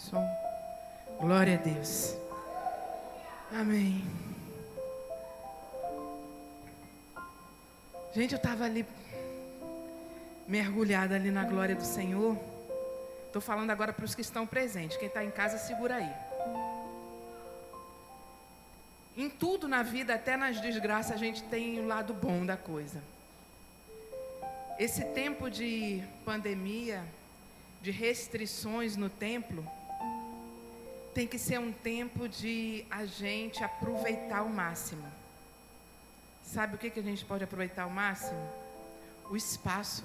Som. Glória a Deus. Amém. Gente, eu estava ali mergulhada ali na glória do Senhor. Estou falando agora para os que estão presentes. Quem está em casa, segura aí. Em tudo na vida, até nas desgraças, a gente tem o lado bom da coisa. Esse tempo de pandemia, de restrições no templo, tem que ser um tempo de a gente aproveitar ao máximo. Sabe o que a gente pode aproveitar ao máximo? O espaço.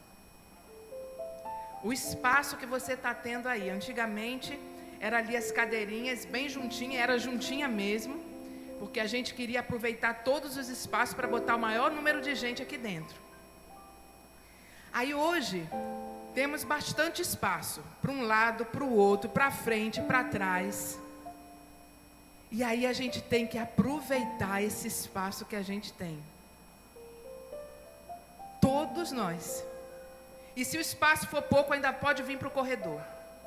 O espaço que você está tendo aí. Antigamente, era ali as cadeirinhas bem juntinhas, era juntinha mesmo, porque a gente queria aproveitar todos os espaços para botar o maior número de gente aqui dentro. Aí hoje, temos bastante espaço, para um lado, para o outro, para frente, para trás. E aí a gente tem que aproveitar esse espaço que a gente tem. Todos nós. E se o espaço for pouco, ainda pode vir para o corredor.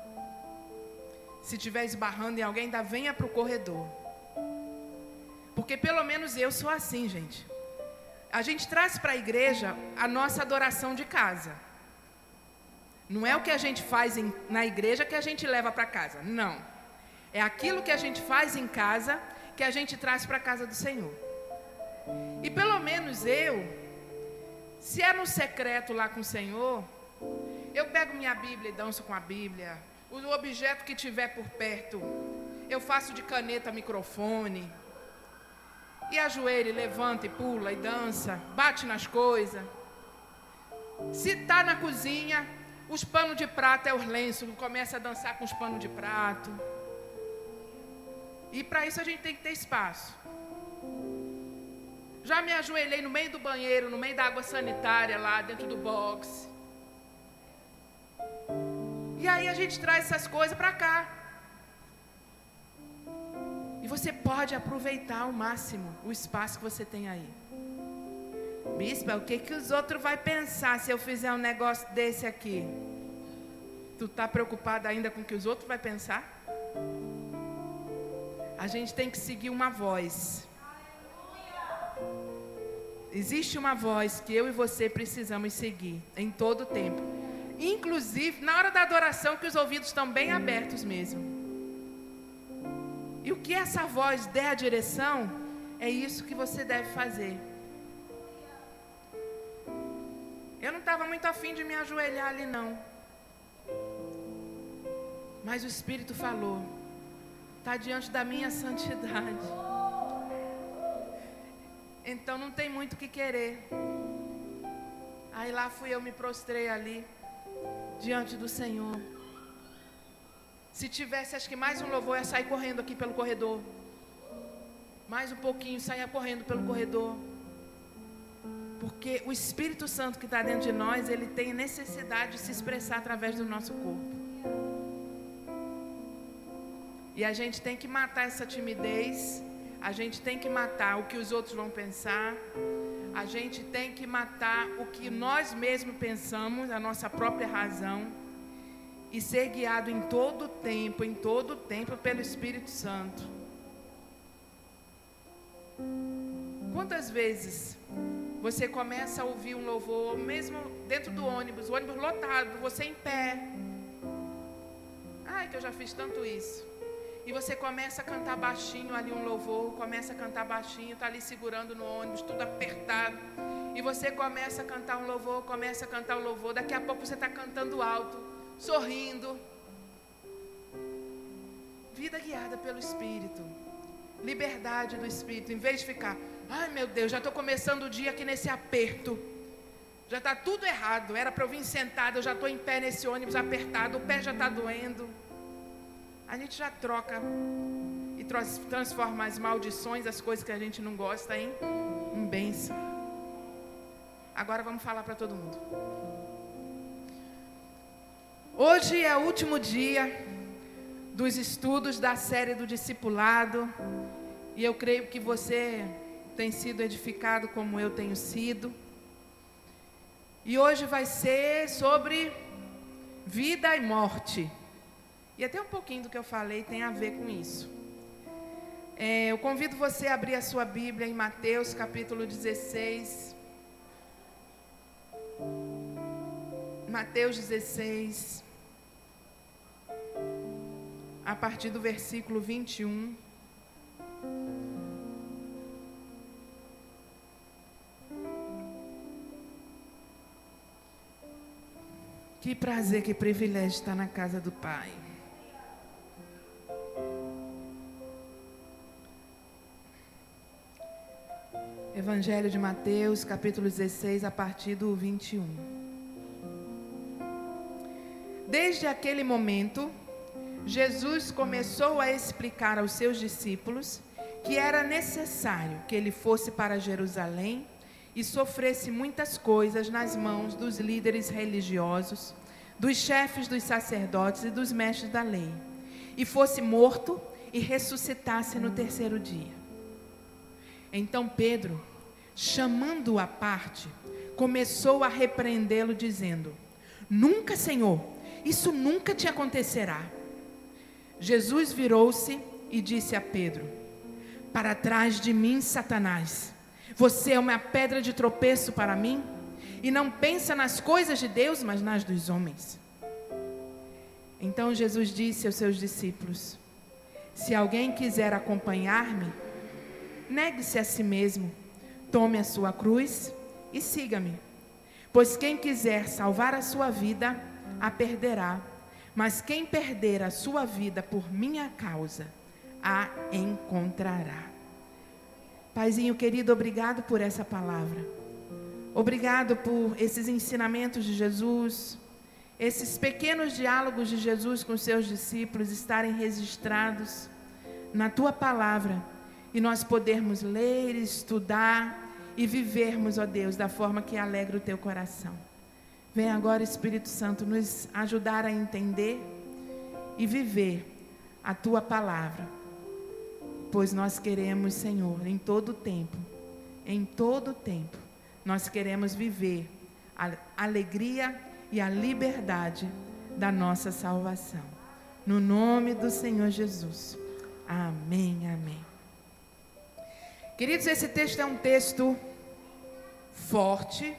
Se estiver esbarrando em alguém, ainda venha para o corredor. Porque pelo menos eu sou assim, gente. A gente traz para a igreja a nossa adoração de casa. Não é o que a gente faz na igreja que a gente leva para casa. Não. É aquilo que a gente faz em casa que a gente traz para a casa do Senhor. E pelo menos eu, se é no secreto lá com o Senhor, eu pego minha Bíblia e danço com a Bíblia. O objeto que tiver por perto, eu faço de caneta microfone. E ajoelha, levanta e pula e dança, bate nas coisas. Se está na cozinha, os panos de prato é os lenços, começa a dançar com os panos de prato. E para isso a gente tem que ter espaço. Já me ajoelhei no meio do banheiro, no meio da água sanitária lá dentro do box. E aí a gente traz essas coisas para cá. E você pode aproveitar ao máximo o espaço que você tem aí. Bispa, o que os outros vão pensar se eu fizer um negócio desse aqui? Tu está preocupada ainda com o que os outros vão pensar? A gente tem que seguir uma voz. Existe uma voz que eu e você precisamos seguir em todo o tempo. Inclusive, na hora da adoração, que os ouvidos estão bem abertos mesmo. E o que essa voz der a direção, é isso que você deve fazer. Eu não estava muito afim de me ajoelhar ali, não. Mas o Espírito falou, está diante da minha santidade. Então não tem muito o que querer. Aí lá fui eu, me prostrei ali, diante do Senhor. Se tivesse, acho que mais um louvor, eu ia sair correndo aqui pelo corredor. Mais um pouquinho, saia correndo pelo corredor. Porque o Espírito Santo que está dentro de nós, ele tem necessidade de se expressar através do nosso corpo. E a gente tem que matar essa timidez. A gente tem que matar o que os outros vão pensar. A gente tem que matar o que nós mesmos pensamos, a nossa própria razão. E ser guiado em todo o tempo pelo Espírito Santo. Quantas vezes você começa a ouvir um louvor, mesmo dentro do ônibus, o ônibus lotado, você em pé. Ai, que eu já fiz tanto isso. E você começa a cantar baixinho ali um louvor, começa a cantar baixinho, está ali segurando no ônibus, tudo apertado. E você começa a cantar um louvor, daqui a pouco você está cantando alto, sorrindo. Vida guiada pelo Espírito. Liberdade do Espírito. Em vez de ficar, ai meu Deus, já estou começando o dia aqui nesse aperto. Já está tudo errado. Era para eu vir sentada, eu já estou em pé nesse ônibus apertado, o pé já está doendo. A gente já troca e transforma as maldições, as coisas que a gente não gosta, em bênção. Agora vamos falar para todo mundo. Hoje é o último dia dos estudos da série do discipulado. E eu creio que você tem sido edificado como eu tenho sido. E hoje vai ser sobre vida e morte. E até um pouquinho do que eu falei tem a ver com isso. Eu convido você a abrir a sua Bíblia em Mateus capítulo 16. Mateus 16, a partir do versículo 21. Que prazer, que privilégio estar na casa do Pai. Evangelho de Mateus, capítulo 16, a partir do 21. Desde aquele momento, Jesus começou a explicar aos seus discípulos que era necessário que ele fosse para Jerusalém e sofresse muitas coisas nas mãos dos líderes religiosos, dos chefes dos sacerdotes e dos mestres da lei, e fosse morto e ressuscitasse no terceiro dia. Então Pedro, chamando-o à parte, começou a repreendê-lo, dizendo: Nunca, Senhor, isso nunca te acontecerá. Jesus virou-se e disse a Pedro: Para trás de mim, Satanás, você é uma pedra de tropeço para mim, e não pensa nas coisas de Deus, mas nas dos homens. Então Jesus disse aos seus discípulos: Se alguém quiser acompanhar-me, negue-se a si mesmo, tome a sua cruz e siga-me. Pois quem quiser salvar a sua vida, a perderá. Mas quem perder a sua vida por minha causa, a encontrará. Paizinho querido, obrigado por essa palavra. Obrigado por esses ensinamentos de Jesus, esses pequenos diálogos de Jesus com seus discípulos estarem registrados na tua palavra, e nós podermos ler, estudar e vivermos, ó Deus, da forma que alegra o teu coração. Vem agora, Espírito Santo, nos ajudar a entender e viver a tua palavra, pois nós queremos, Senhor, em todo tempo, nós queremos viver a alegria e a liberdade da nossa salvação. No nome do Senhor Jesus. Amém, amém. Queridos, esse texto é um texto forte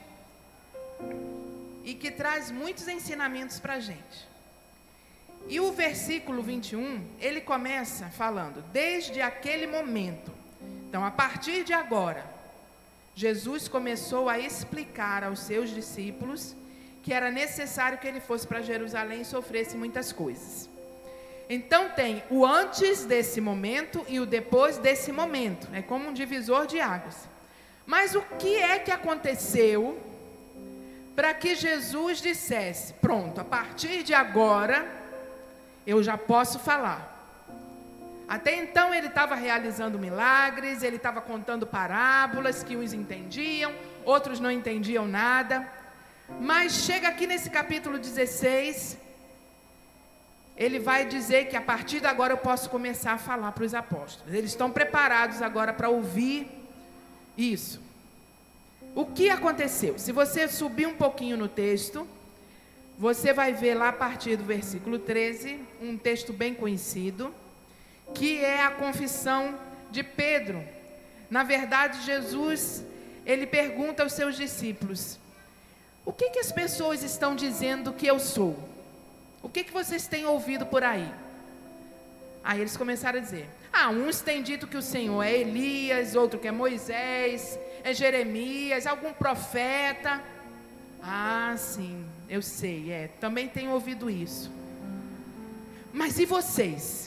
e que traz muitos ensinamentos para a gente. E o versículo 21, ele começa falando, desde aquele momento. Então, a partir de agora, Jesus começou a explicar aos seus discípulos que era necessário que ele fosse para Jerusalém e sofresse muitas coisas. Então tem o antes desse momento e o depois desse momento. É como um divisor de águas. Mas o que é que aconteceu para que Jesus dissesse: pronto, a partir de agora eu já posso falar? Até então ele estava realizando milagres, ele estava contando parábolas que uns entendiam, outros não entendiam nada. Mas chega aqui nesse capítulo 16, ele vai dizer que a partir de agora eu posso começar a falar para os apóstolos. Eles estão preparados agora para ouvir isso. O que aconteceu? Se você subir um pouquinho no texto, você vai ver lá a partir do versículo 13, um texto bem conhecido, que é a confissão de Pedro. Na verdade, Jesus, ele pergunta aos seus discípulos: o que as pessoas estão dizendo que eu sou? O que vocês têm ouvido por aí? Aí eles começaram a dizer: uns têm dito que o Senhor é Elias, outro que é Moisés, é Jeremias, algum profeta. Sim, eu sei, também tenho ouvido isso. Mas e vocês?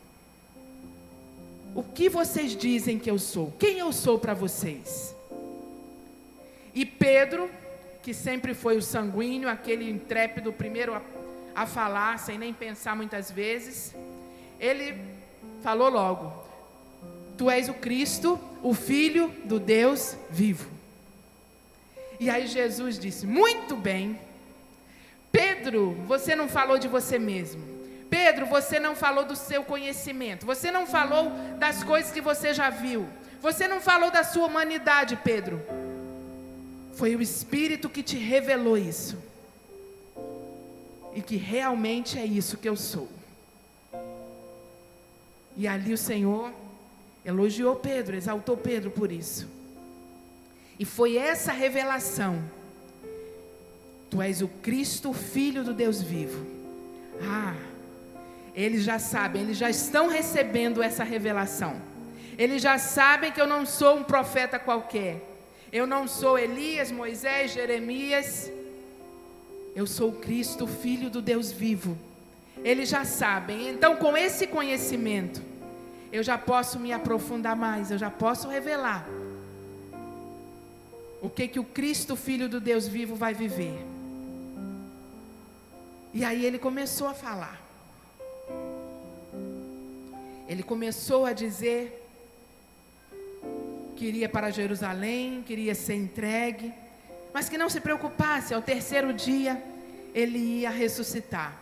O que vocês dizem que eu sou? Quem eu sou para vocês? E Pedro, que sempre foi o sanguíneo, aquele intrépido, primeiro a falar, sem nem pensar muitas vezes, ele falou logo: tu és o Cristo, o Filho do Deus vivo. E aí Jesus disse: muito bem, Pedro, você não falou de você mesmo. Pedro, você não falou do seu conhecimento, você não falou das coisas que você já viu, você não falou da sua humanidade, Pedro. Foi o Espírito que te revelou isso. E que realmente é isso que eu sou. E ali o Senhor elogiou Pedro, exaltou Pedro por isso. E foi essa revelação: tu és o Cristo, o Filho do Deus vivo. Eles já sabem, eles já estão recebendo essa revelação. Eles já sabem que eu não sou um profeta qualquer. Eu não sou Elias, Moisés, Jeremias. Eu sou o Cristo, Filho do Deus vivo. Eles já sabem. Então, com esse conhecimento, eu já posso me aprofundar mais. Eu já posso revelar o que o Cristo, Filho do Deus vivo, vai viver. E aí ele começou a falar. Ele começou a dizer que iria para Jerusalém, queria ser entregue, mas que não se preocupasse, ao terceiro dia ele ia ressuscitar.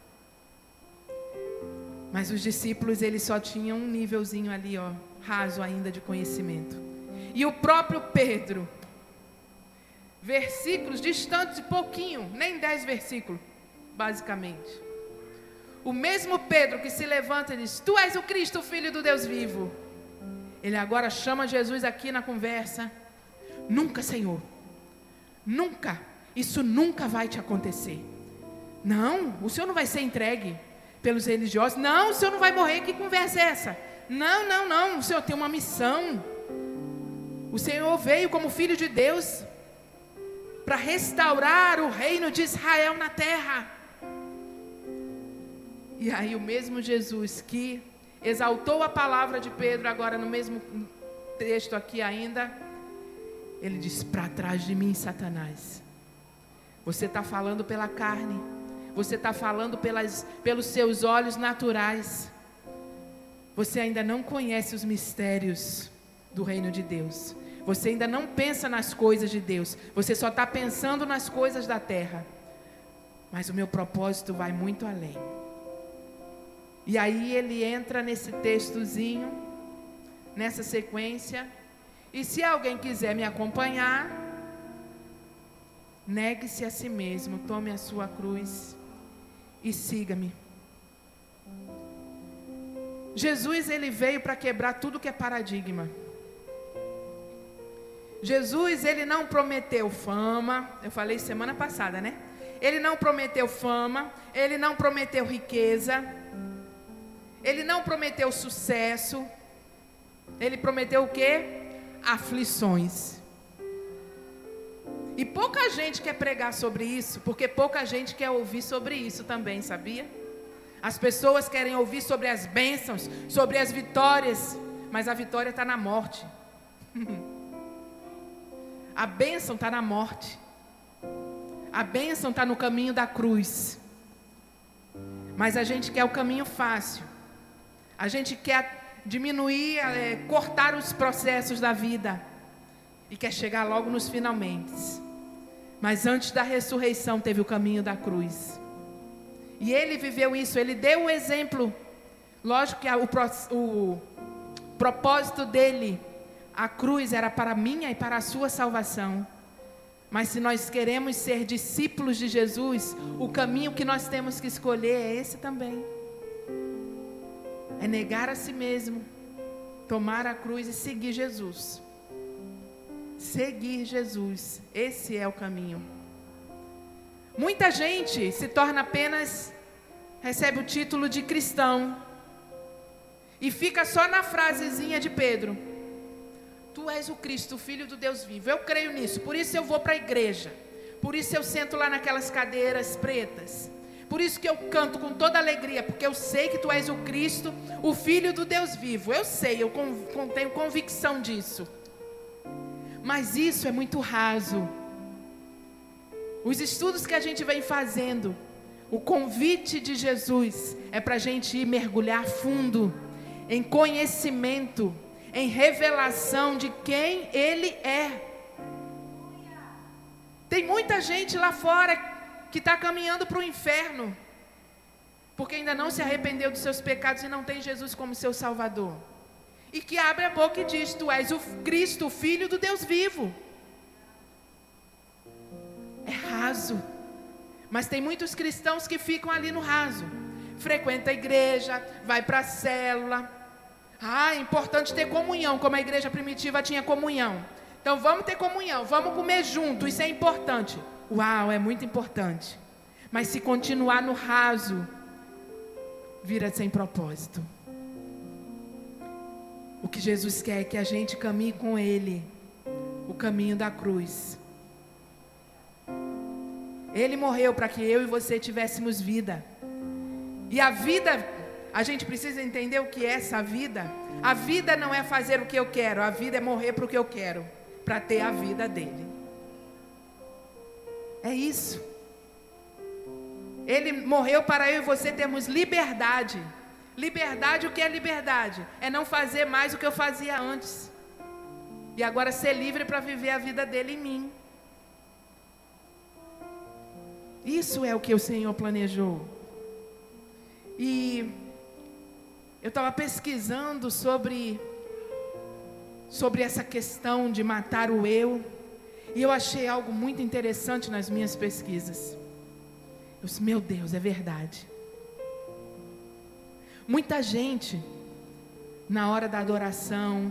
Mas os discípulos, eles só tinham um nívelzinho ali, raso ainda de conhecimento. E o próprio Pedro, versículos distantes de pouquinho, nem 10 versículos, basicamente. O mesmo Pedro que se levanta e diz: tu és o Cristo, o Filho do Deus vivo. Ele agora chama Jesus aqui na conversa. Nunca, Senhor, nunca, isso nunca vai te acontecer. Não, o Senhor não vai ser entregue pelos religiosos. Não, o Senhor não vai morrer, que conversa é essa? Não, o Senhor tem uma missão. O Senhor veio como Filho de Deus para restaurar o reino de Israel na terra. E aí o mesmo Jesus que exaltou a palavra de Pedro, agora no mesmo texto aqui ainda, ele diz: para trás de mim, Satanás. Você está falando pela carne, você está falando pelos seus olhos naturais. Você ainda não conhece os mistérios do reino de Deus. Você ainda não pensa nas coisas de Deus. Você só está pensando nas coisas da terra. Mas o meu propósito vai muito além. E aí ele entra nesse textozinho, nessa sequência. E se alguém quiser me acompanhar, negue-se a si mesmo, tome a sua cruz e siga-me. Jesus, ele veio para quebrar tudo que é paradigma. Jesus, ele não prometeu fama. Eu falei semana passada, né? Ele não prometeu fama, ele não prometeu riqueza, ele não prometeu sucesso. Ele prometeu o quê? Aflições. E pouca gente quer pregar sobre isso, porque pouca gente quer ouvir sobre isso também, sabia? As pessoas querem ouvir sobre as bênçãos, sobre as vitórias, mas a vitória está na morte. A bênção está na morte. A bênção está no caminho da cruz. Mas a gente quer o caminho fácil. A gente quer diminuir, cortar os processos da vida. E quer chegar logo nos finalmente. Mas antes da ressurreição teve o caminho da cruz. E ele viveu isso, ele deu o exemplo. Lógico que o propósito dele, a cruz, era para a minha e para a sua salvação. Mas se nós queremos ser discípulos de Jesus, o caminho que nós temos que escolher é esse também. É negar a si mesmo, tomar a cruz e seguir Jesus. Seguir Jesus, esse é o caminho. Muita gente se torna apenas, recebe o título de cristão e fica só na frasezinha de Pedro: tu és o Cristo, o Filho do Deus vivo. Eu creio nisso, por isso eu vou para a igreja, por isso eu sento lá naquelas cadeiras pretas, por isso que eu canto com toda alegria, porque eu sei que tu és o Cristo, o Filho do Deus vivo. Eu sei, eu tenho convicção disso. Mas isso é muito raso. Os estudos que a gente vem fazendo, o convite de Jesus é para a gente ir mergulhar fundo em conhecimento, em revelação de quem Ele é. Tem muita gente lá fora que está caminhando para o inferno, porque ainda não se arrependeu dos seus pecados e não tem Jesus como seu Salvador. E que abre a boca e diz: tu és o Cristo, o Filho do Deus vivo. É raso. Mas tem muitos cristãos que ficam ali no raso. Frequenta a igreja, vai para a célula, Ah, é importante ter comunhão, como a igreja primitiva tinha comunhão. Então vamos ter comunhão, vamos comer junto, isso é importante. Uau, é muito importante. Mas se continuar no raso, vira sem propósito. O que Jesus quer é que a gente caminhe com Ele, o caminho da cruz. Ele morreu para que eu e você tivéssemos vida. E a vida, a gente precisa entender o que é essa vida. A vida não é fazer o que eu quero, a vida é morrer para o que eu quero, para ter a vida dele. É isso. Ele morreu para eu e você termos liberdade. Liberdade, o que é liberdade? É não fazer mais o que eu fazia antes. E agora ser livre para viver a vida dele em mim. Isso é o que o Senhor planejou. E eu estava pesquisando sobre essa questão de matar o eu. E eu achei algo muito interessante nas minhas pesquisas. Eu disse, meu Deus, é verdade. Muita gente, na hora da adoração,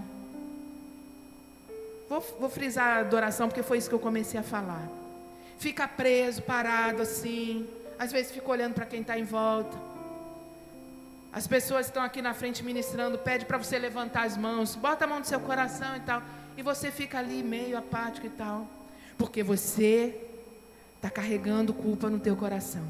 vou frisar a adoração porque foi isso que eu comecei a falar. Fica preso, parado assim, às vezes fica olhando para quem está em volta. As pessoas estão aqui na frente ministrando, pede para você levantar as mãos, bota a mão no seu coração e tal, e você fica ali meio apático e tal, porque você está carregando culpa no teu coração.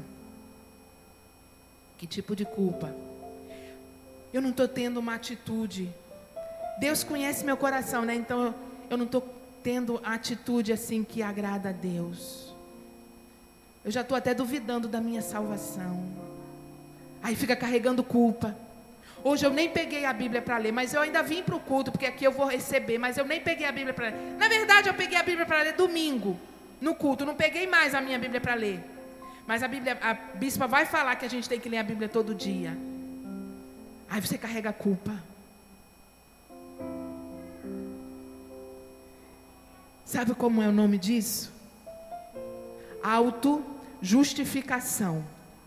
Que tipo de culpa? Eu não estou tendo uma atitude. Deus conhece meu coração, né? Então eu não estou tendo a atitude assim que agrada a Deus. Eu já estou até duvidando da minha salvação. Aí fica carregando culpa. Hoje eu nem peguei a Bíblia para ler, mas eu ainda vim para o culto, porque aqui eu vou receber, mas eu nem peguei a Bíblia para ler. Na verdade eu peguei a Bíblia para ler domingo, no culto, não peguei mais a minha Bíblia para ler. Mas a bispa vai falar que a gente tem que ler a Bíblia todo dia. Aí você carrega a culpa. Sabe como é o nome disso? Autojustificação.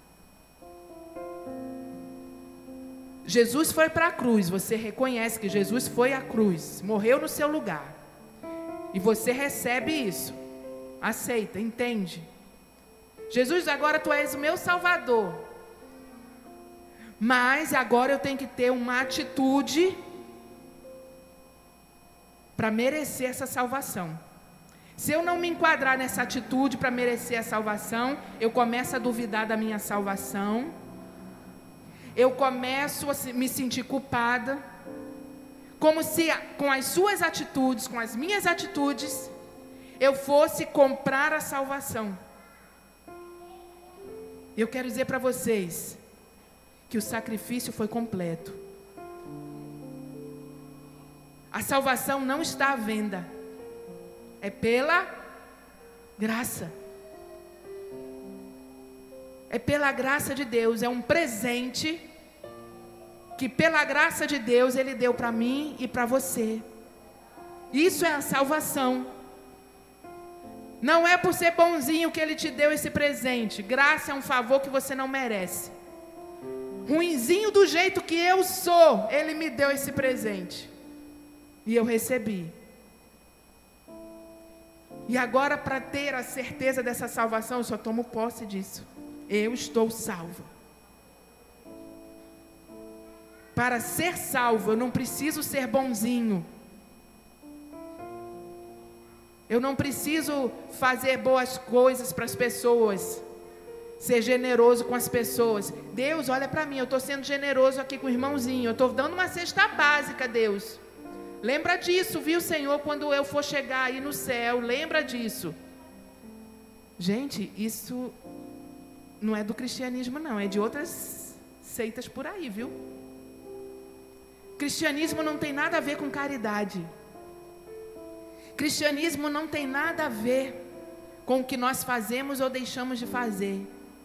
Jesus foi para a cruz, você reconhece que Jesus foi à cruz, morreu no seu lugar. E você recebe isso. Aceita, entende? Jesus, agora tu és o meu Salvador. Mas agora eu tenho que ter uma atitude para merecer essa salvação. Se eu não me enquadrar nessa atitude para merecer a salvação, eu começo a duvidar da minha salvação. Eu começo a me sentir culpada. Como se com as suas atitudes, com as minhas atitudes, eu fosse comprar a salvação. Eu quero dizer para vocês que o sacrifício foi completo. A salvação não está à venda. É pela graça. É pela graça de Deus. É um presente que pela graça de Deus Ele deu para mim e para você. Isso é a salvação. Não é por ser bonzinho que Ele te deu esse presente. Graça é um favor que você não merece. Ruinzinho do jeito que eu sou, Ele me deu esse presente. E eu recebi. E agora, para ter a certeza dessa salvação, eu só tomo posse disso. Eu estou salvo. Para ser salvo, eu não preciso ser bonzinho. Eu não preciso fazer boas coisas para as pessoas. Ser generoso com as pessoas. Deus, olha para mim, eu estou sendo generoso aqui com o irmãozinho. Eu estou dando uma cesta básica, Deus. Lembra disso, viu, Senhor, quando eu for chegar aí no céu. Lembra disso. Gente, isso não é do cristianismo, não. É de outras seitas por aí, viu? Cristianismo não tem nada a ver com caridade. Cristianismo não tem nada a ver com o que nós fazemos ou deixamos de fazer.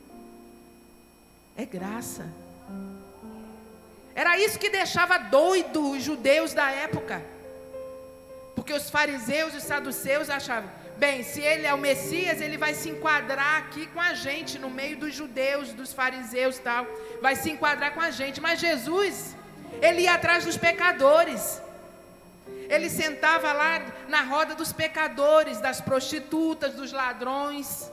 É graça. Era isso que deixava doido os judeus da época. Porque os fariseus e os saduceus achavam, bem, se ele é o Messias, ele vai se enquadrar aqui com a gente, no meio dos judeus, dos fariseus e tal. Vai se enquadrar com a gente. Mas Jesus, Ele ia atrás dos pecadores. Ele sentava lá na roda dos pecadores, das prostitutas, dos ladrões.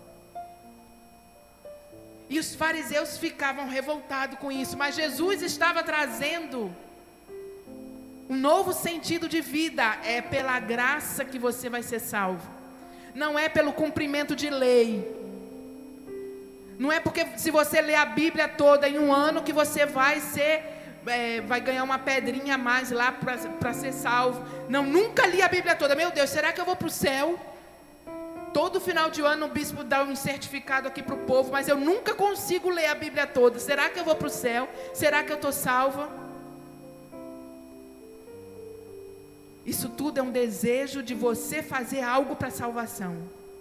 E os fariseus ficavam revoltados com isso. Mas Jesus estava trazendo um novo sentido de vida. É pela graça que você vai ser salvo. Não é pelo cumprimento de lei. Não é porque se você ler a Bíblia toda em um ano que você vai ganhar uma pedrinha a mais lá para ser salvo. Não, nunca li a Bíblia toda. Meu Deus, será que eu vou para o céu? Todo final de ano o bispo dá um certificado aqui para o povo, mas eu nunca consigo ler a Bíblia toda. Será que eu vou para o céu? Será que eu estou salva? Isso tudo é um desejo de você fazer algo para a salvação.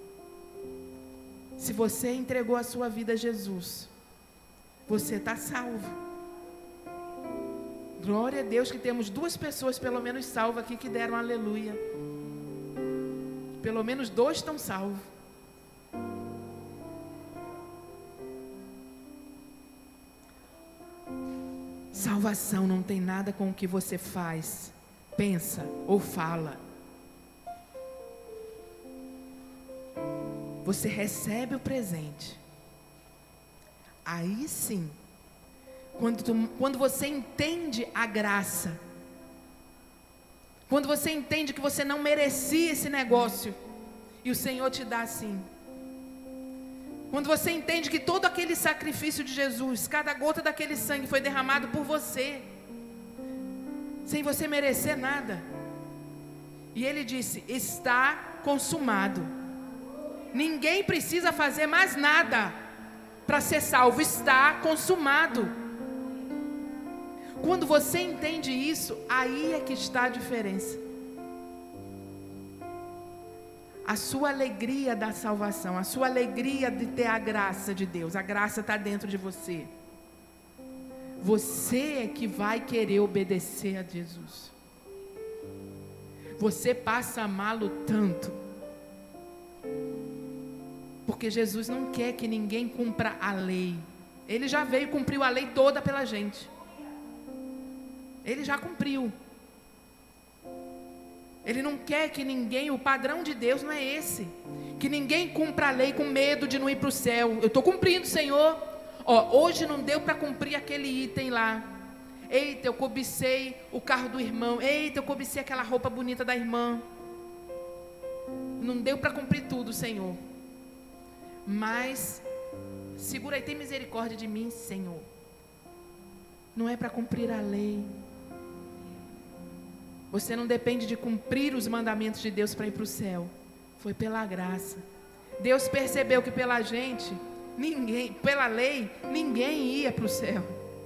Se você entregou a sua vida a Jesus, você está salvo. Glória a Deus que temos 2 pessoas pelo menos salvas aqui que deram aleluia. Pelo menos 2 estão salvos. Salvação não tem nada com o que você faz, pensa ou fala. Você recebe o presente. Aí sim, quando você entende a graça, quando você entende que você não merecia esse negócio, e o Senhor te dá assim. Quando você entende que todo aquele sacrifício de Jesus, cada gota daquele sangue foi derramado por você, sem você merecer nada. E Ele disse: está consumado. Ninguém precisa fazer mais nada para ser salvo, está consumado. Quando você entende isso, aí é que está a diferença. A sua alegria da salvação, a sua alegria de ter a graça de Deus, a graça está dentro de você. Você é que vai querer obedecer a Jesus. Você passa a amá-lo tanto. Porque Jesus não quer que ninguém cumpra a lei. Ele já veio e cumpriu a lei toda pela gente. Ele já cumpriu. Ele não quer que ninguém, o padrão de Deus não é esse. Que ninguém cumpra a lei com medo de não ir para o céu. Eu estou cumprindo, Senhor. Hoje não deu para cumprir aquele item lá. Eita, eu cobicei o carro do irmão. Eita, eu cobicei aquela roupa bonita da irmã. Não deu para cumprir tudo, Senhor. Mas, segura aí, tem misericórdia de mim, Senhor. Não é para cumprir a lei. Você não depende de cumprir os mandamentos de Deus para ir para o céu. Foi pela graça. Deus percebeu que pela gente, pela lei, ninguém ia para o céu.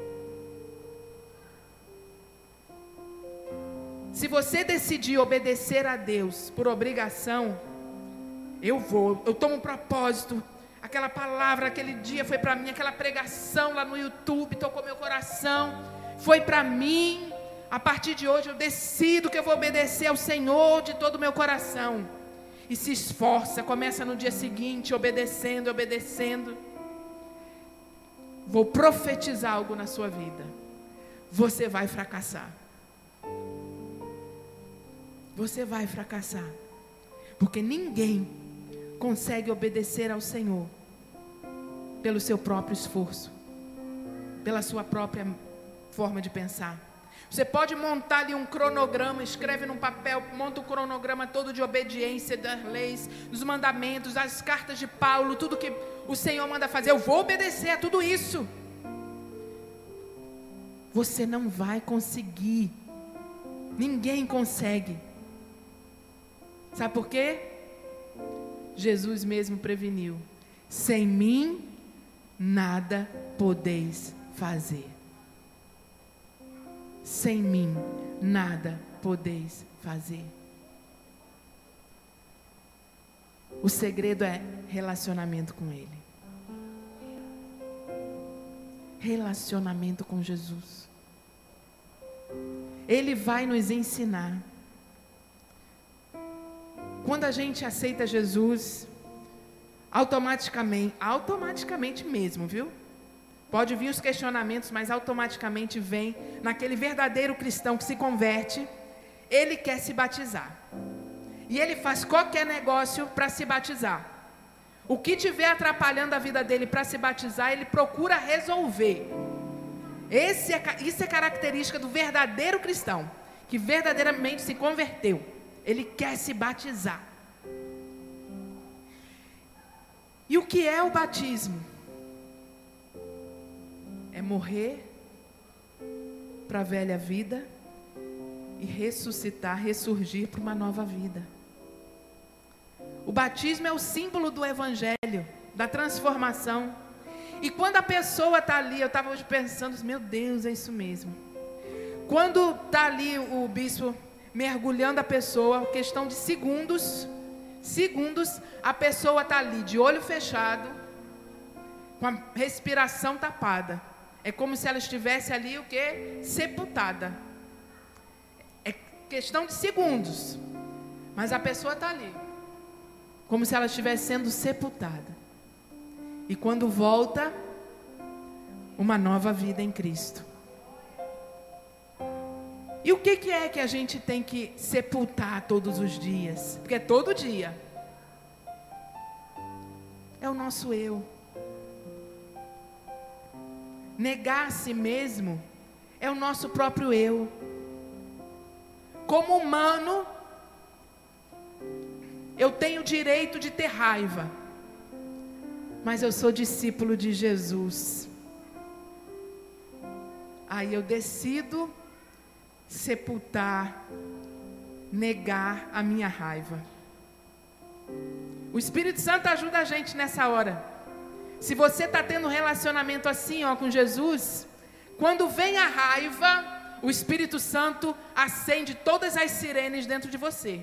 Se você decidir obedecer a Deus por obrigação, eu tomo um propósito. Aquela palavra, aquele dia foi para mim, aquela pregação lá no YouTube tocou meu coração, foi para mim. A partir de hoje eu decido que eu vou obedecer ao Senhor de todo o meu coração. E se esforça, começa no dia seguinte, obedecendo. Vou profetizar algo na sua vida. Você vai fracassar. Você vai fracassar. Porque ninguém consegue obedecer ao Senhor pelo seu próprio esforço, pela sua própria forma de pensar. Você pode montar ali um cronograma, escreve num papel, monta um cronograma todo de obediência das leis, dos mandamentos, das cartas de Paulo, tudo que o Senhor manda fazer. Eu vou obedecer a tudo isso. Você não vai conseguir. Ninguém consegue. Sabe por quê? Jesus mesmo preveniu: sem mim nada podeis fazer. Sem mim nada podeis fazer. O segredo é relacionamento com Ele. Relacionamento com Jesus. Ele vai nos ensinar. Quando a gente aceita Jesus, automaticamente mesmo, viu? Pode vir os questionamentos, mas automaticamente vem naquele verdadeiro cristão que se converte, ele quer se batizar. E ele faz qualquer negócio para se batizar. O que tiver atrapalhando a vida dele para se batizar, ele procura resolver. Isso é característica do verdadeiro cristão, que verdadeiramente se converteu. Ele quer se batizar. E o que é o batismo? É morrer para a velha vida e ressuscitar, ressurgir para uma nova vida. O batismo é o símbolo do evangelho, da transformação. E quando a pessoa está ali, eu estava hoje pensando, meu Deus, é isso mesmo. Quando está ali o bispo mergulhando a pessoa, questão de segundos, a pessoa está ali de olho fechado, com a respiração tapada. É como se ela estivesse ali, o quê? Sepultada. É questão de segundos, mas a pessoa está ali, como se ela estivesse sendo sepultada. E quando volta, uma nova vida em Cristo. E o que é que a gente tem que sepultar todos os dias? Porque é todo dia. É o nosso eu. Negar a si mesmo é o nosso próprio eu. Como humano, eu tenho o direito de ter raiva, mas eu sou discípulo de Jesus. Aí eu decido sepultar, negar a minha raiva. O Espírito Santo ajuda a gente nessa hora. Se você está tendo um relacionamento assim, ó, com Jesus, quando vem a raiva, o Espírito Santo acende todas as sirenes dentro de você.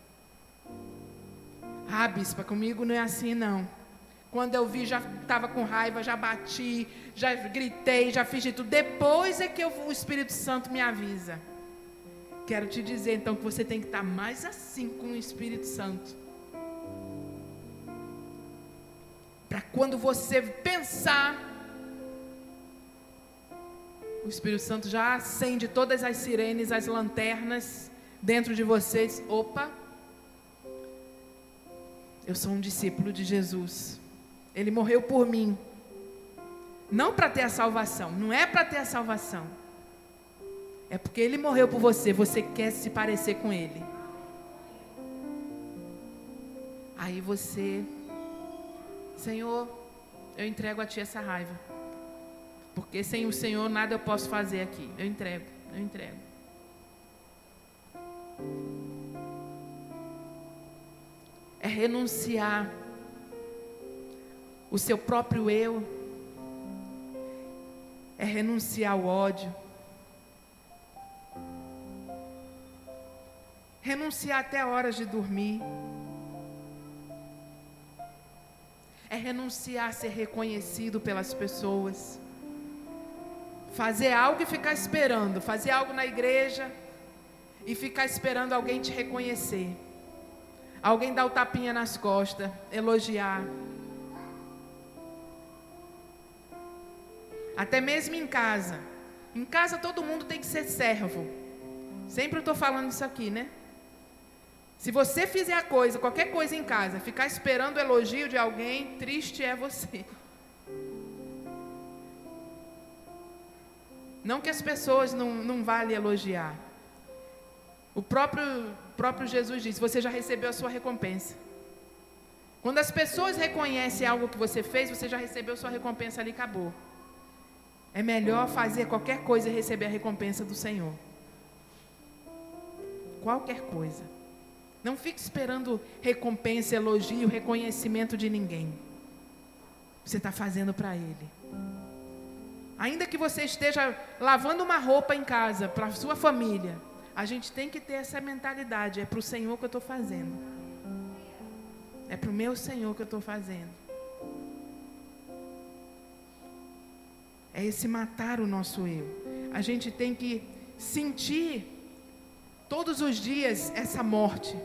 Ah, bispa, comigo não é assim não. Quando eu vi, já estava com raiva, já bati, já gritei, já fiz de tudo. Depois é que o Espírito Santo me avisa. Quero te dizer então que você tem que estar mais assim com o Espírito Santo. Para quando você pensar, o Espírito Santo já acende todas as sirenes, as lanternas dentro de vocês. Opa, eu sou um discípulo de Jesus. Ele morreu por mim. Não para ter a salvação, não é para ter a salvação. É porque Ele morreu por você, você quer se parecer com Ele. Aí você, Senhor, eu entrego a Ti essa raiva. Porque sem o Senhor nada eu posso fazer aqui. Eu entrego. É renunciar o seu próprio eu. É renunciar ao ódio. Renunciar até horas de dormir. É renunciar a ser reconhecido pelas pessoas. Fazer algo e ficar esperando. Fazer algo na igreja e ficar esperando alguém te reconhecer. Alguém dar o tapinha nas costas, elogiar. Até mesmo em casa. Em casa todo mundo tem que ser servo. Sempre eu estou falando isso aqui, né? Se você fizer a coisa, qualquer coisa em casa, ficar esperando o elogio de alguém, triste é você. Não que as pessoas não valem elogiar. O próprio Jesus disse, você já recebeu a sua recompensa. Quando as pessoas reconhecem algo que você fez, você já recebeu sua recompensa ali, acabou. É melhor fazer qualquer coisa e receber a recompensa do Senhor. Qualquer coisa. Não fique esperando recompensa, elogio, reconhecimento de ninguém. Você está fazendo para Ele. Ainda que você esteja lavando uma roupa em casa, para a sua família, a gente tem que ter essa mentalidade. É para o Senhor que eu estou fazendo. É para o meu Senhor que eu estou fazendo. É esse matar o nosso eu. A gente tem que sentir todos os dias essa morte.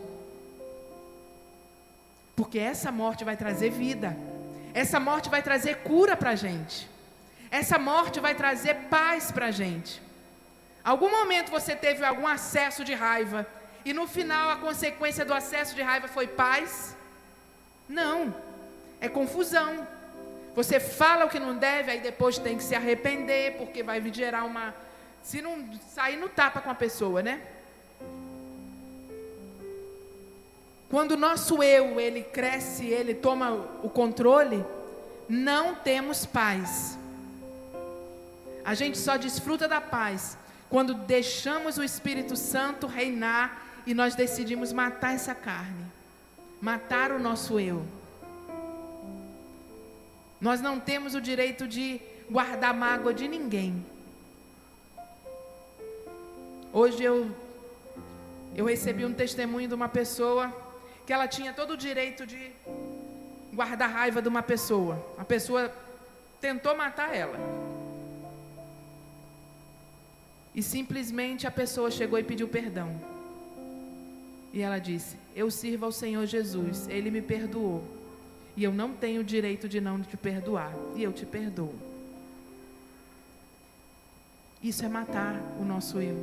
Porque essa morte vai trazer vida. Essa morte vai trazer cura para a gente. Essa morte vai trazer paz para a gente. Algum momento você teve algum acesso de raiva e no final a consequência do acesso de raiva foi paz? Não, é confusão. Você fala o que não deve, aí depois tem que se arrepender, porque vai gerar uma... Se não sair no tapa com a pessoa, né? Quando o nosso eu, ele cresce, ele toma o controle, não temos paz. A gente só desfruta da paz quando deixamos o Espírito Santo reinar e nós decidimos matar essa carne, matar o nosso eu. Nós não temos o direito de guardar mágoa de ninguém. Hoje eu recebi um testemunho de uma pessoa que ela tinha todo o direito de guardar raiva de uma pessoa. A pessoa tentou matar ela. E simplesmente a pessoa chegou e pediu perdão. E ela disse: eu sirvo ao Senhor Jesus, Ele me perdoou. E eu não tenho o direito de não te perdoar. E eu te perdoo. Isso é matar o nosso eu.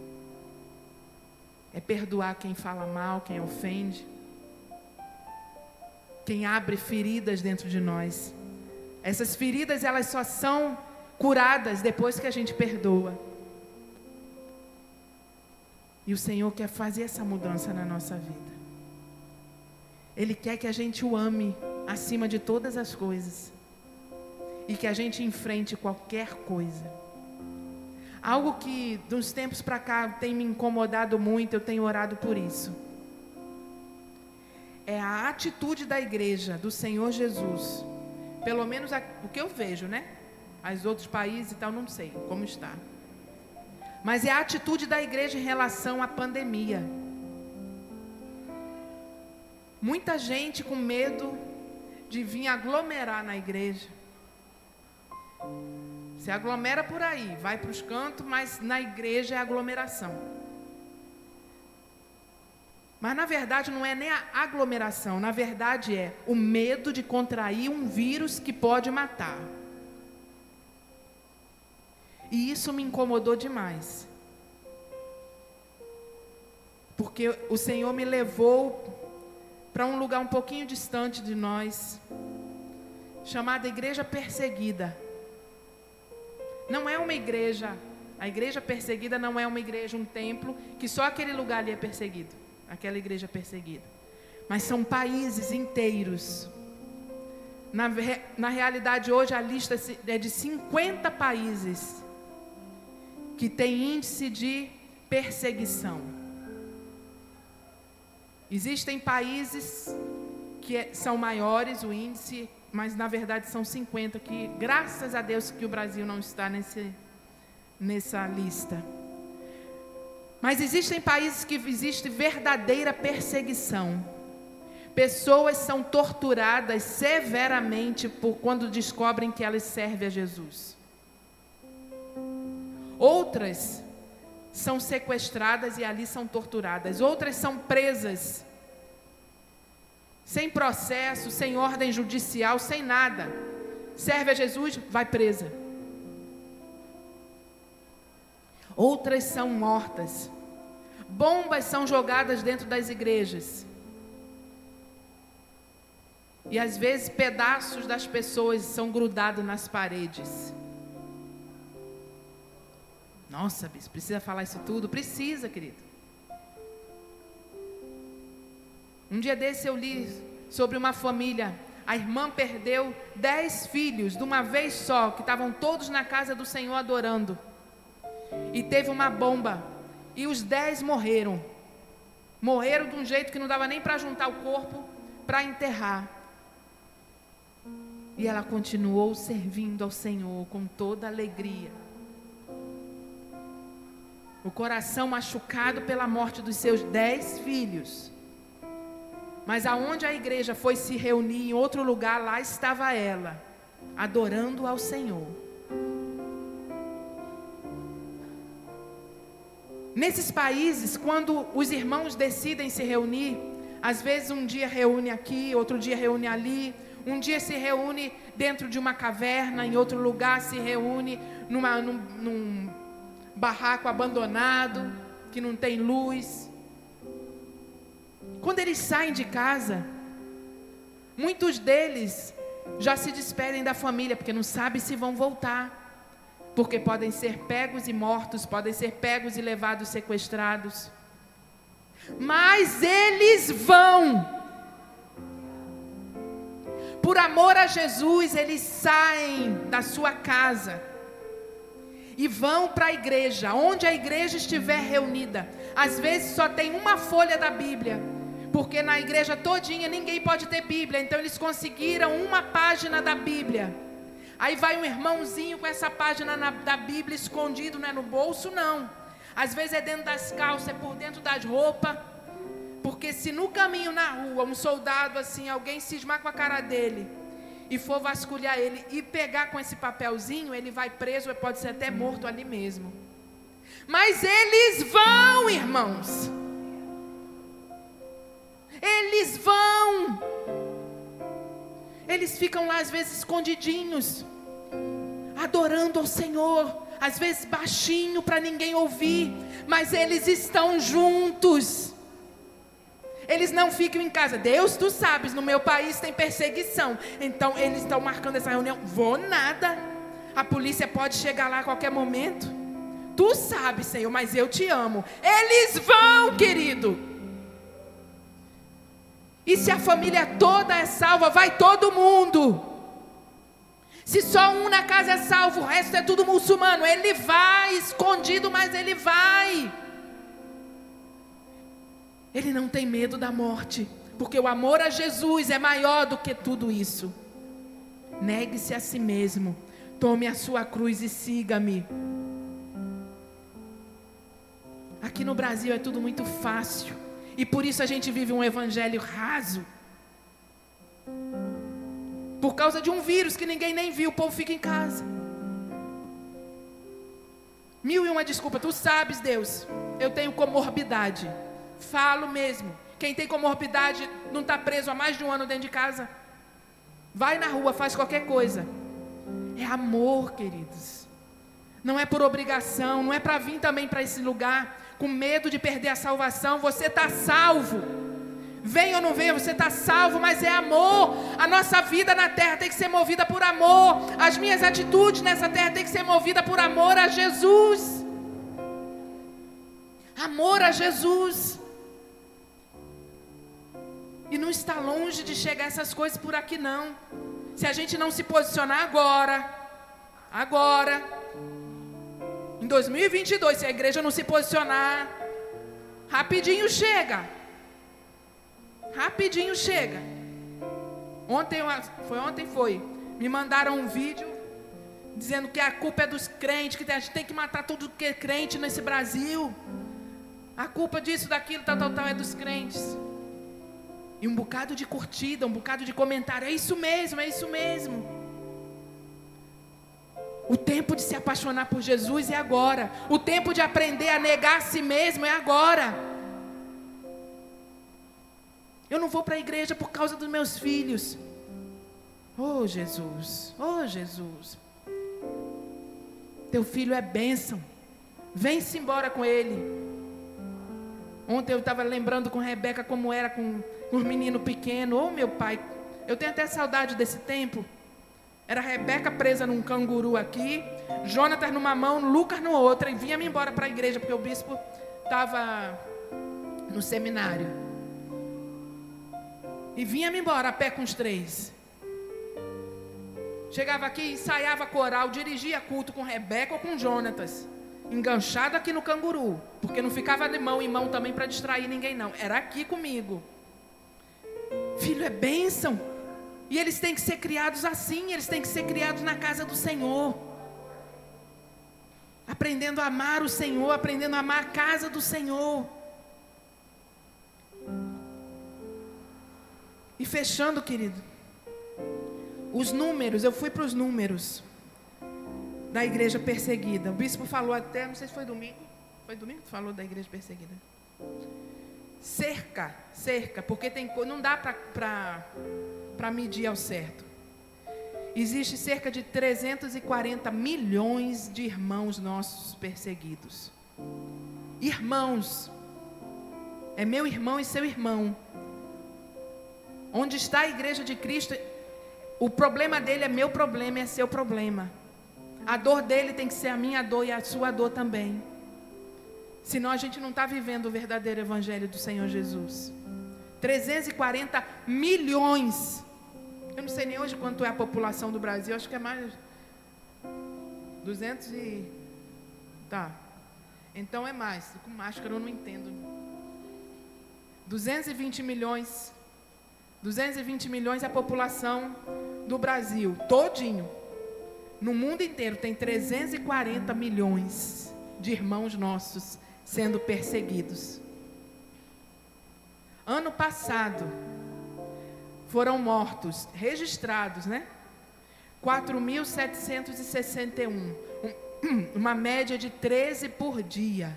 É perdoar quem fala mal, quem ofende, quem abre feridas dentro de nós. Essas feridas, elas só são curadas depois que a gente perdoa. E o Senhor quer fazer essa mudança na nossa vida. Ele quer que a gente o ame acima de todas as coisas. E que a gente enfrente qualquer coisa. Algo que, de uns tempos para cá, tem me incomodado muito, eu tenho orado por isso. É a atitude da igreja, do Senhor Jesus. Pelo menos o que eu vejo, né? Os outros países e tal, não sei como está. Mas é a atitude da igreja em relação à pandemia. Muita gente com medo de vir aglomerar na igreja. Se aglomera por aí, vai para os cantos, mas na igreja é aglomeração. Mas na verdade não é nem a aglomeração, na verdade é o medo de contrair um vírus que pode matar. E isso me incomodou demais. Porque o Senhor me levou para um lugar um pouquinho distante de nós, chamada Igreja Perseguida. Não é uma igreja, a igreja perseguida não é uma igreja, um templo, que só aquele lugar ali é perseguido, aquela igreja perseguida. Mas são países inteiros. Na realidade, hoje a lista é de 50 países que tem índice de perseguição. Existem países que são maiores, o índice, mas na verdade são 50, que graças a Deus que o Brasil não está nessa lista. Mas existem países que existe verdadeira perseguição. Pessoas são torturadas severamente quando descobrem que elas servem a Jesus. Outras são sequestradas e ali são torturadas. Outras são presas, sem processo, sem ordem judicial, sem nada. Serve a Jesus, vai presa. Outras são mortas. Bombas são jogadas dentro das igrejas. E às vezes pedaços das pessoas são grudados nas paredes. Nossa, bispo, precisa falar isso tudo? Precisa, querido. Um dia desse eu li sobre uma família. A irmã perdeu 10 filhos de uma vez só, que estavam todos na casa do Senhor adorando. E teve uma bomba. E os 10 morreram. Morreram de um jeito que não dava nem para juntar o corpo para enterrar. E ela continuou servindo ao Senhor com toda alegria. O coração machucado pela morte dos seus 10 filhos. Mas aonde a igreja foi se reunir, em outro lugar, lá estava ela, adorando ao Senhor. Nesses países, quando os irmãos decidem se reunir, às vezes um dia reúne aqui, outro dia reúne ali, um dia se reúne dentro de uma caverna, em outro lugar se reúne num barraco abandonado, que não tem luz. Quando eles saem de casa, muitos deles já se despedem da família, porque não sabem se vão voltar. Porque podem ser pegos e mortos, podem ser pegos e levados sequestrados. Mas eles vão. Por amor a Jesus, eles saem da sua casa e vão para a igreja, onde a igreja estiver reunida. Às vezes só tem uma folha da Bíblia, porque na igreja todinha ninguém pode ter Bíblia, então eles conseguiram uma página da Bíblia. Aí vai um irmãozinho com essa página da Bíblia escondido, não é no bolso não. Às vezes é dentro das calças, é por dentro das roupas. Porque se no caminho na rua, um soldado assim, alguém cismar com a cara dele e for vasculhar ele e pegar com esse papelzinho, ele vai preso, pode ser até morto ali mesmo. Mas eles vão, irmãos. Eles vão. Eles ficam lá às vezes escondidinhos, adorando ao Senhor, às vezes baixinho para ninguém ouvir, mas eles estão juntos. Eles não ficam em casa. Deus, tu sabes, no meu país tem perseguição, então eles estão marcando essa reunião. Vou nada, a polícia pode chegar lá a qualquer momento. Tu sabes, Senhor, mas eu te amo. Eles vão, querido. E se a família toda é salva, vai todo mundo. Se só um na casa é salvo, o resto é tudo muçulmano. Ele vai, escondido, mas ele vai. Ele não tem medo da morte, porque o amor a Jesus é maior do que tudo isso. Negue-se a si mesmo, tome a sua cruz e siga-me. Aqui no Brasil é tudo muito fácil. E por isso a gente vive um evangelho raso. Por causa de um vírus que ninguém nem viu, o povo fica em casa. 1001 desculpa, tu sabes, Deus, eu tenho comorbidade. Falo mesmo. Quem tem comorbidade não está preso há mais de um ano dentro de casa. Vai na rua, faz qualquer coisa. É amor, queridos. Não é por obrigação, não é para vir também para esse lugar com medo de perder a salvação. Você está salvo. Venha ou não venha, você está salvo, mas é amor. A nossa vida na terra tem que ser movida por amor. As minhas atitudes nessa terra tem que ser movida por amor a Jesus. Amor a Jesus. E não está longe de chegar essas coisas por aqui não. Se a gente não se posicionar agora, em 2022, se a igreja não se posicionar, rapidinho chega. Rapidinho chega. Ontem me mandaram um vídeo dizendo que a culpa é dos crentes, que a gente tem que matar tudo que é crente nesse Brasil. A culpa disso, daquilo, tal, é dos crentes. E um bocado de curtida, um bocado de comentário. É isso mesmo, é isso mesmo. O tempo de se apaixonar por Jesus é agora. O tempo de aprender a negar a si mesmo é agora. Eu não vou para a igreja por causa dos meus filhos. Oh Jesus, oh Jesus. Teu filho é bênção. Vem-se embora com ele. Ontem eu estava lembrando com Rebeca como era com os meninos pequenos. Oh meu pai, eu tenho até saudade desse tempo. Era Rebeca presa num canguru aqui, Jonatas numa mão, Lucas no outra, e vinha-me embora para a igreja, porque o bispo estava no seminário. E vinha-me embora a pé com os três. Chegava aqui, ensaiava coral, dirigia culto com Rebeca ou com Jonatas, enganchado aqui no canguru, porque não ficava de mão em mão também para distrair ninguém não, era aqui comigo. Filho é bênção. E eles têm que ser criados assim, eles têm que ser criados na casa do Senhor. Aprendendo a amar o Senhor, aprendendo a amar a casa do Senhor. E fechando, querido, os números, eu fui para os números da igreja perseguida. O bispo falou até, não sei se foi domingo. Foi domingo que tu falou da igreja perseguida? Cerca, porque não dá para medir ao certo. existe cerca de 340 milhões de irmãos nossos perseguidos. Irmãos. É meu irmão e seu irmão. Onde está a igreja de Cristo, o problema dele é meu problema e é seu problema. A dor dele tem que ser a minha dor e a sua dor também. Senão a gente não está vivendo o verdadeiro evangelho do Senhor Jesus. 340 milhões. Eu não sei nem hoje quanto é a população do Brasil. Acho que é mais 200 e... Tá. Então é mais. Com máscara eu não entendo. 220 milhões. 220 milhões é a população do Brasil. Todinho. No mundo inteiro tem 340 milhões de irmãos nossos sendo perseguidos. Ano passado, foram mortos, registrados, né? 4.761. Uma média de 13 por dia.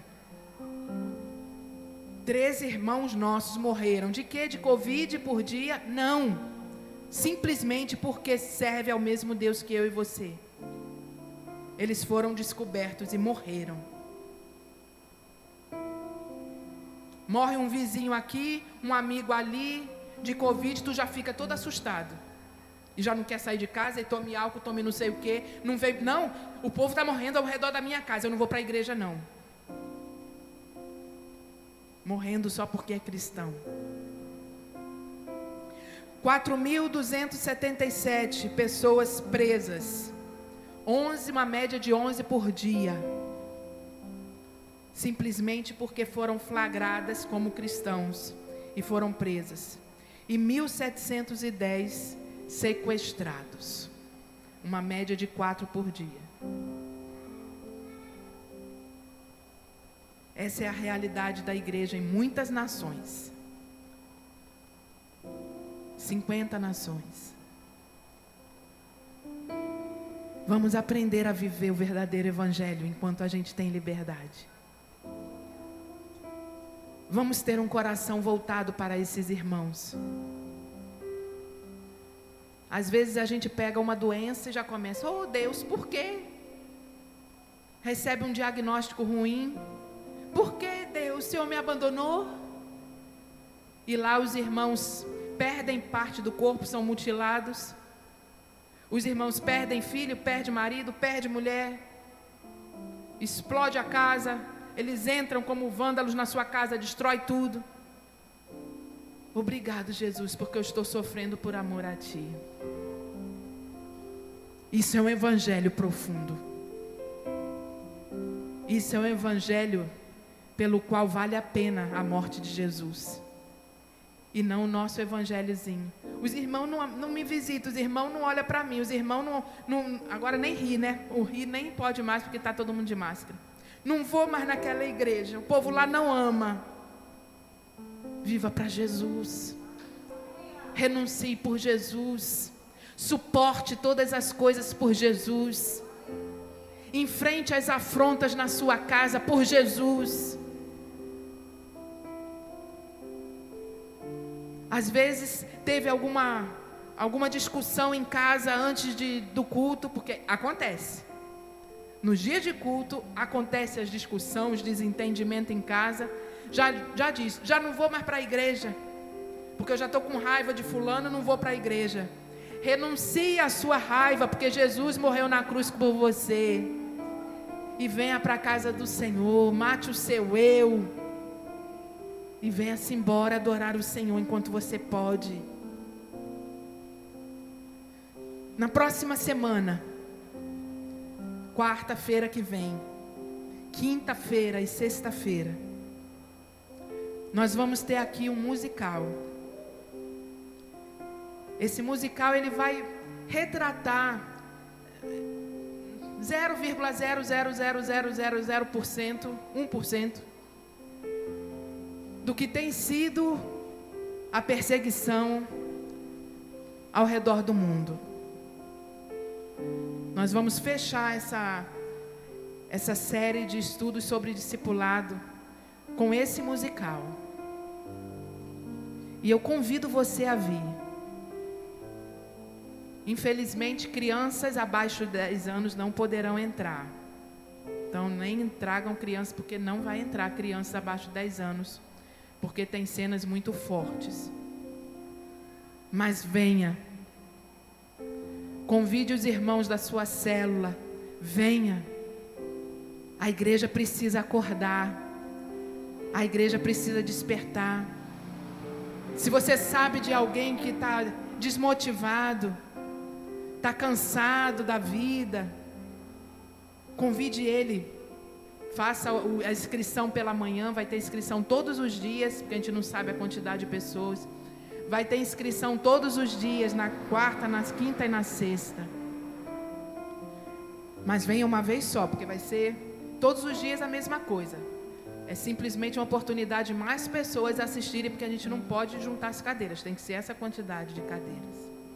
13 irmãos nossos morreram. De quê? De Covid por dia? Não. Simplesmente porque serve ao mesmo Deus que eu e você. Eles foram descobertos e morreram. Morre um vizinho aqui, um amigo ali, de Covid, tu já fica todo assustado. E já não quer sair de casa, e tome álcool, tome não sei o quê. Não veio, não, o povo está morrendo ao redor da minha casa, eu não vou para a igreja não. Morrendo só porque é cristão. 4.277 pessoas presas. 11, uma média de 11 por dia. Simplesmente porque foram flagradas como cristãos e foram presas. E 1.710 sequestrados. Uma média de 4 por dia. Essa é a realidade da igreja em muitas nações. 50 nações. Vamos aprender a viver o verdadeiro evangelho enquanto a gente tem liberdade. Vamos ter um coração voltado para esses irmãos. Às vezes a gente pega uma doença e já começa, oh Deus, por quê? Recebe um diagnóstico ruim. Por que Deus, o Senhor me abandonou? E lá os irmãos perdem parte do corpo, são mutilados. Os irmãos perdem filho, perdem marido, perdem mulher. Explode a casa. Eles entram como vândalos na sua casa, destrói tudo. Obrigado, Jesus, porque eu estou sofrendo por amor a Ti. Isso é um evangelho profundo. Isso é um evangelho pelo qual vale a pena a morte de Jesus. E não o nosso evangelhozinho. Os irmãos não me visitam, os irmãos não olham para mim, os irmãos não agora nem ri, né? O rir nem pode mais porque está todo mundo de máscara. Não vou mais naquela igreja, o povo lá não ama. Viva para Jesus. Renuncie por Jesus. Suporte todas as coisas por Jesus. Enfrente as afrontas na sua casa por Jesus. Às vezes teve alguma discussão em casa antes do culto, porque acontece. Nos dias de culto, acontece as discussões, os desentendimentos em casa. Já disse, já não vou mais para a igreja, porque eu já estou com raiva de fulano, não vou para a igreja. Renuncie à sua raiva, porque Jesus morreu na cruz por você. E venha para a casa do Senhor, mate o seu eu. E venha-se embora adorar o Senhor enquanto você pode. Na próxima semana, quarta-feira que vem, quinta-feira e sexta-feira, nós vamos ter aqui um musical. Esse musical ele vai retratar 0,0000000%, 1% do que tem sido a perseguição ao redor do mundo. Nós vamos fechar essa série de estudos sobre discipulado com esse musical. E eu convido você a vir. Infelizmente, crianças abaixo de 10 anos não poderão entrar. Então, nem tragam crianças, porque não vai entrar crianças abaixo de 10 anos, porque tem cenas muito fortes. Mas venha. Convide os irmãos da sua célula. Venha. A igreja precisa acordar. A igreja precisa despertar. Se você sabe de alguém que está desmotivado, está cansado da vida, convide ele. Faça a inscrição pela manhã. Vai ter inscrição todos os dias, porque a gente não sabe a quantidade de pessoas. Vai ter inscrição todos os dias, na quarta, na quinta e na sexta. Mas venha uma vez só, porque vai ser todos os dias a mesma coisa. É simplesmente uma oportunidade de mais pessoas assistirem, porque a gente não pode juntar as cadeiras, tem que ser essa quantidade de cadeiras.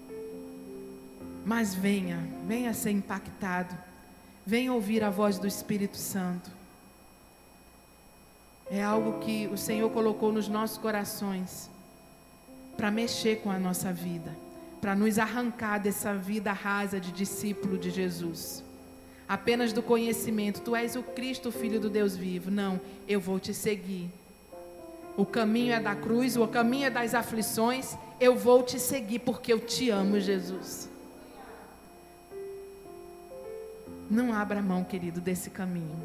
Mas venha ser impactado. Venha ouvir a voz do Espírito Santo. É algo que o Senhor colocou nos nossos corações, para mexer com a nossa vida, para nos arrancar dessa vida rasa de discípulo de Jesus, apenas do conhecimento. Tu és o Cristo, o Filho do Deus vivo. Não, eu vou te seguir. O caminho é da cruz, o caminho é das aflições. Eu vou te seguir porque eu te amo, Jesus. Não abra mão, querido, desse caminho.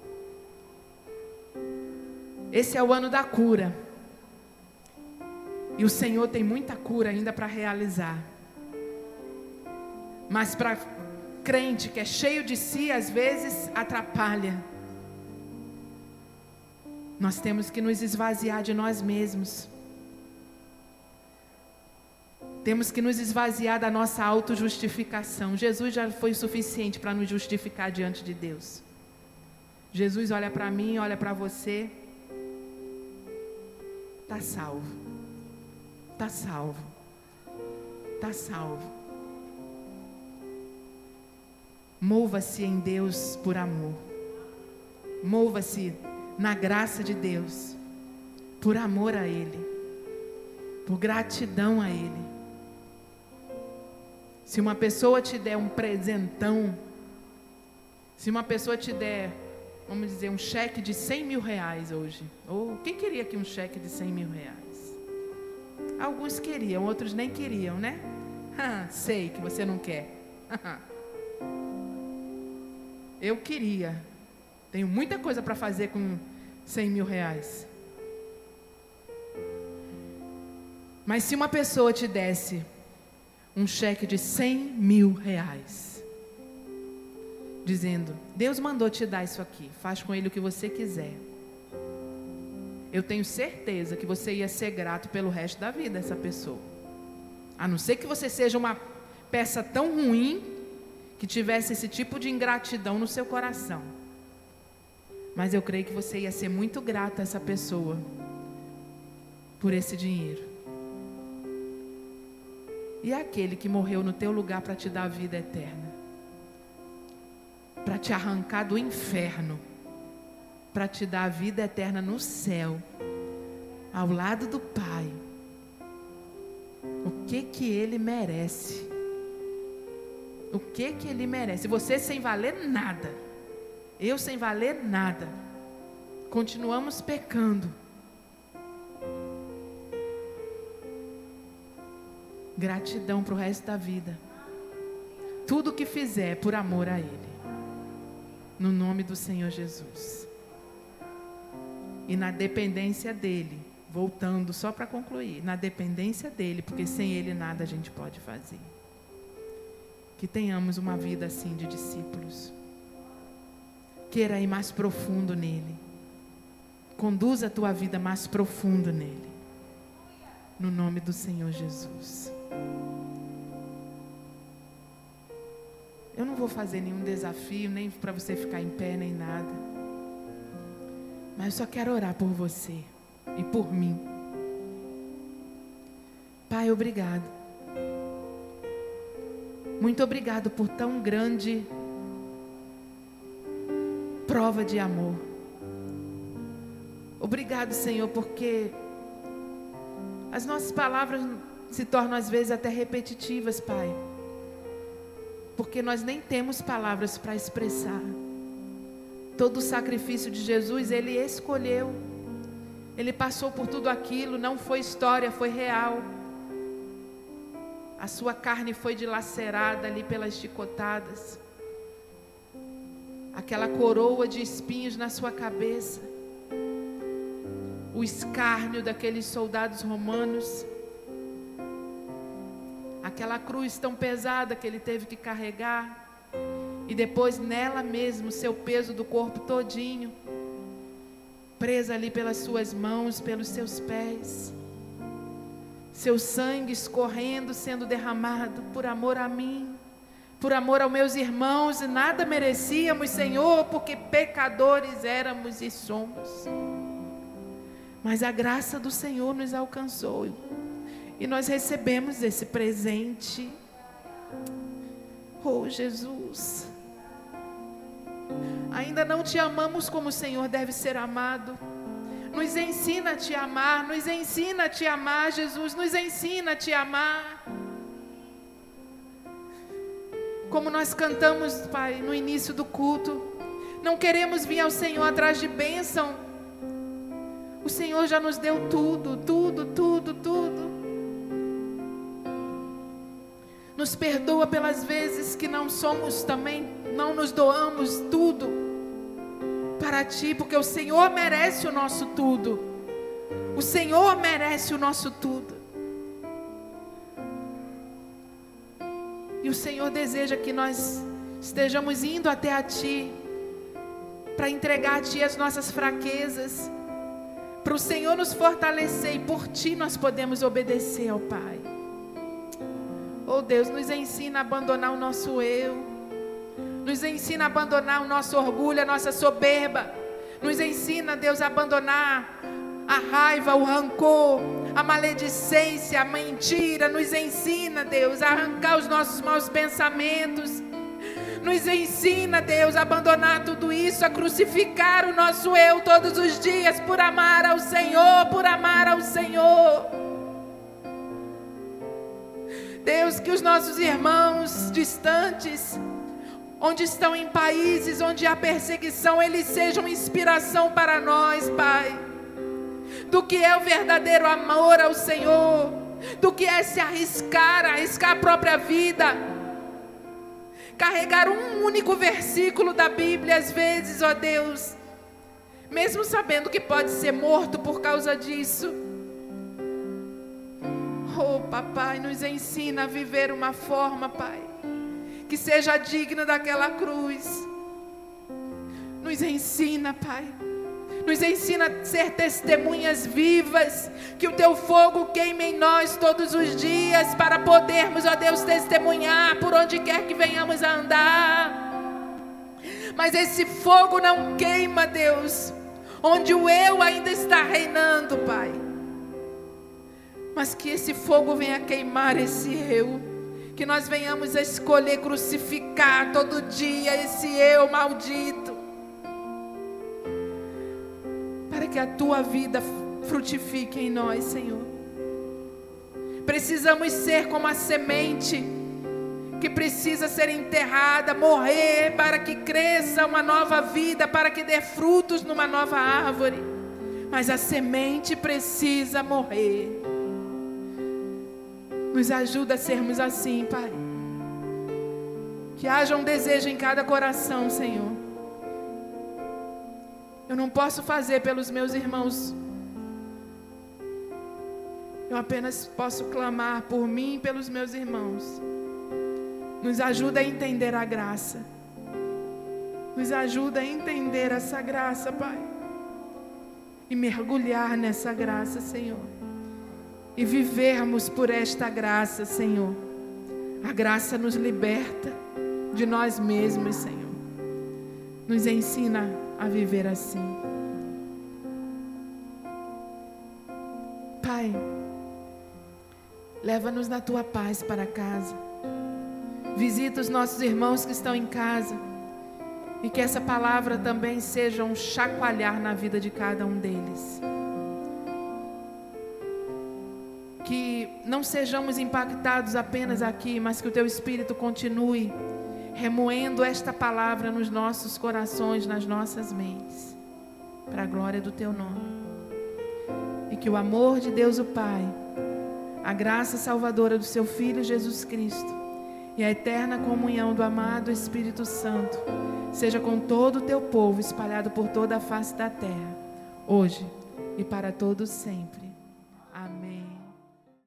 Esse é o ano da cura. E o Senhor tem muita cura ainda para realizar. Mas para crente que é cheio de si, às vezes atrapalha. Nós temos que nos esvaziar de nós mesmos. Temos que nos esvaziar da nossa autojustificação. Jesus já foi suficiente para nos justificar diante de Deus. Jesus olha para mim, olha para você. Está salvo. Está salvo. Está salvo. Mova-se em Deus por amor. Mova-se na graça de Deus, por amor a Ele, por gratidão a Ele. Se uma pessoa te der um presentão, se uma pessoa te der, vamos dizer, um cheque de 100 mil reais hoje, ou quem queria aqui um cheque de 100 mil reais? Alguns queriam, outros nem queriam, né? Sei que você não quer. Eu queria. Tenho muita coisa para fazer com 100 mil reais. Mas se uma pessoa te desse um cheque de 100 mil reais, dizendo: Deus mandou te dar isso aqui, faz com ele o que você quiser, eu tenho certeza que você ia ser grato pelo resto da vida essa pessoa. A não ser que você seja uma peça tão ruim que tivesse esse tipo de ingratidão no seu coração. Mas eu creio que você ia ser muito grato a essa pessoa por esse dinheiro. E aquele que morreu no teu lugar para te dar a vida eterna, para te arrancar do inferno, para te dar a vida eterna no céu, ao lado do Pai, o que ele merece? O que ele merece? Você sem valer nada, eu sem valer nada, continuamos pecando. Gratidão para o resto da vida. Tudo que fizer por amor a Ele, no nome do Senhor Jesus. E na dependência dEle, voltando só para concluir, na dependência dEle, porque sem Ele nada a gente pode fazer. Que tenhamos uma vida assim de discípulos. Queira ir mais profundo nele. Conduza a tua vida mais profundo nele. No nome do Senhor Jesus. Eu não vou fazer nenhum desafio, nem para você ficar em pé, nem nada. Mas eu só quero orar por você e por mim. Pai, obrigado. Muito obrigado por tão grande prova de amor. Obrigado, Senhor, porque as nossas palavras se tornam às vezes até repetitivas, Pai. porque nós nem temos palavras para expressar. Todo o sacrifício de Jesus, Ele escolheu. Ele passou por tudo aquilo, não foi história, foi real. A sua carne foi dilacerada ali pelas chicotadas. Aquela coroa de espinhos na sua cabeça. O escárnio daqueles soldados romanos. Aquela cruz tão pesada que ele teve que carregar. E depois nela mesmo, seu peso do corpo todinho. Presa ali pelas suas mãos, pelos seus pés. Seu sangue escorrendo, sendo derramado por amor a mim. Por amor aos meus irmãos. E nada merecíamos, Senhor, porque pecadores éramos e somos. Mas a graça do Senhor nos alcançou. E nós recebemos esse presente. Oh, Jesus. Ainda não te amamos como o Senhor deve ser amado. Nos ensina a te amar. Nos ensina a te amar, Jesus. Nos ensina a te amar. Como nós cantamos, Pai, no início do culto. Não queremos vir ao Senhor atrás de bênção. O Senhor já nos deu tudo, tudo, tudo, tudo. Nos perdoa pelas vezes que não somos também, não nos doamos tudo para Ti, porque o Senhor merece o nosso tudo. O Senhor merece o nosso tudo. E o Senhor deseja que nós estejamos indo até a Ti, para entregar a Ti as nossas fraquezas, para o Senhor nos fortalecer, e por Ti nós podemos obedecer ao Pai. Oh Deus, nos ensina a abandonar o nosso eu. Nos ensina a abandonar o nosso orgulho, a nossa soberba. Nos ensina, Deus, a abandonar a raiva, o rancor, a maledicência, a mentira. Nos ensina, Deus, a arrancar os nossos maus pensamentos. Nos ensina, Deus, a abandonar tudo isso, a crucificar o nosso eu todos os dias por amar ao Senhor, por amar ao Senhor. Deus, que os nossos irmãos distantes, onde estão em países onde há perseguição, eles sejam inspiração para nós, Pai. Do que é o verdadeiro amor ao Senhor, do que é se arriscar a própria vida. Carregar um único versículo da Bíblia, às vezes, ó Deus, mesmo sabendo que pode ser morto por causa disso. Oh, Papai, nos ensina a viver uma forma, Pai, que seja digna daquela cruz. Nos ensina, Pai. Nos ensina a ser testemunhas vivas, que o Teu fogo queime em nós todos os dias, para podermos, ó Deus, testemunhar por onde quer que venhamos a andar. Mas esse fogo não queima, Deus, onde o eu ainda está reinando, Pai. Mas que esse fogo venha queimar esse eu, que nós venhamos a escolher crucificar todo dia esse eu maldito, para que a Tua vida frutifique em nós, Senhor. Precisamos ser como a semente que precisa ser enterrada, morrer, para que cresça uma nova vida, para que dê frutos numa nova árvore. Mas a semente precisa morrer. Nos ajuda a sermos assim, Pai. Que haja um desejo em cada coração, Senhor. Eu não posso fazer pelos meus irmãos. Eu apenas posso clamar por mim e pelos meus irmãos. Nos ajuda a entender a graça. Nos ajuda a entender essa graça, Pai. E mergulhar nessa graça, Senhor. E vivermos por esta graça, Senhor. A graça nos liberta de nós mesmos, Senhor. Nos ensina a viver assim. Pai, leva-nos na Tua paz para casa. Visita os nossos irmãos que estão em casa. E que essa palavra também seja um chacoalhar na vida de cada um deles. Que não sejamos impactados apenas aqui, mas que o Teu Espírito continue remoendo esta palavra nos nossos corações, nas nossas mentes, para a glória do teu nome. E que o amor de Deus o Pai, a graça salvadora do seu Filho Jesus Cristo e a eterna comunhão do amado Espírito Santo seja com todo o teu povo espalhado por toda a face da terra, hoje e para todos sempre.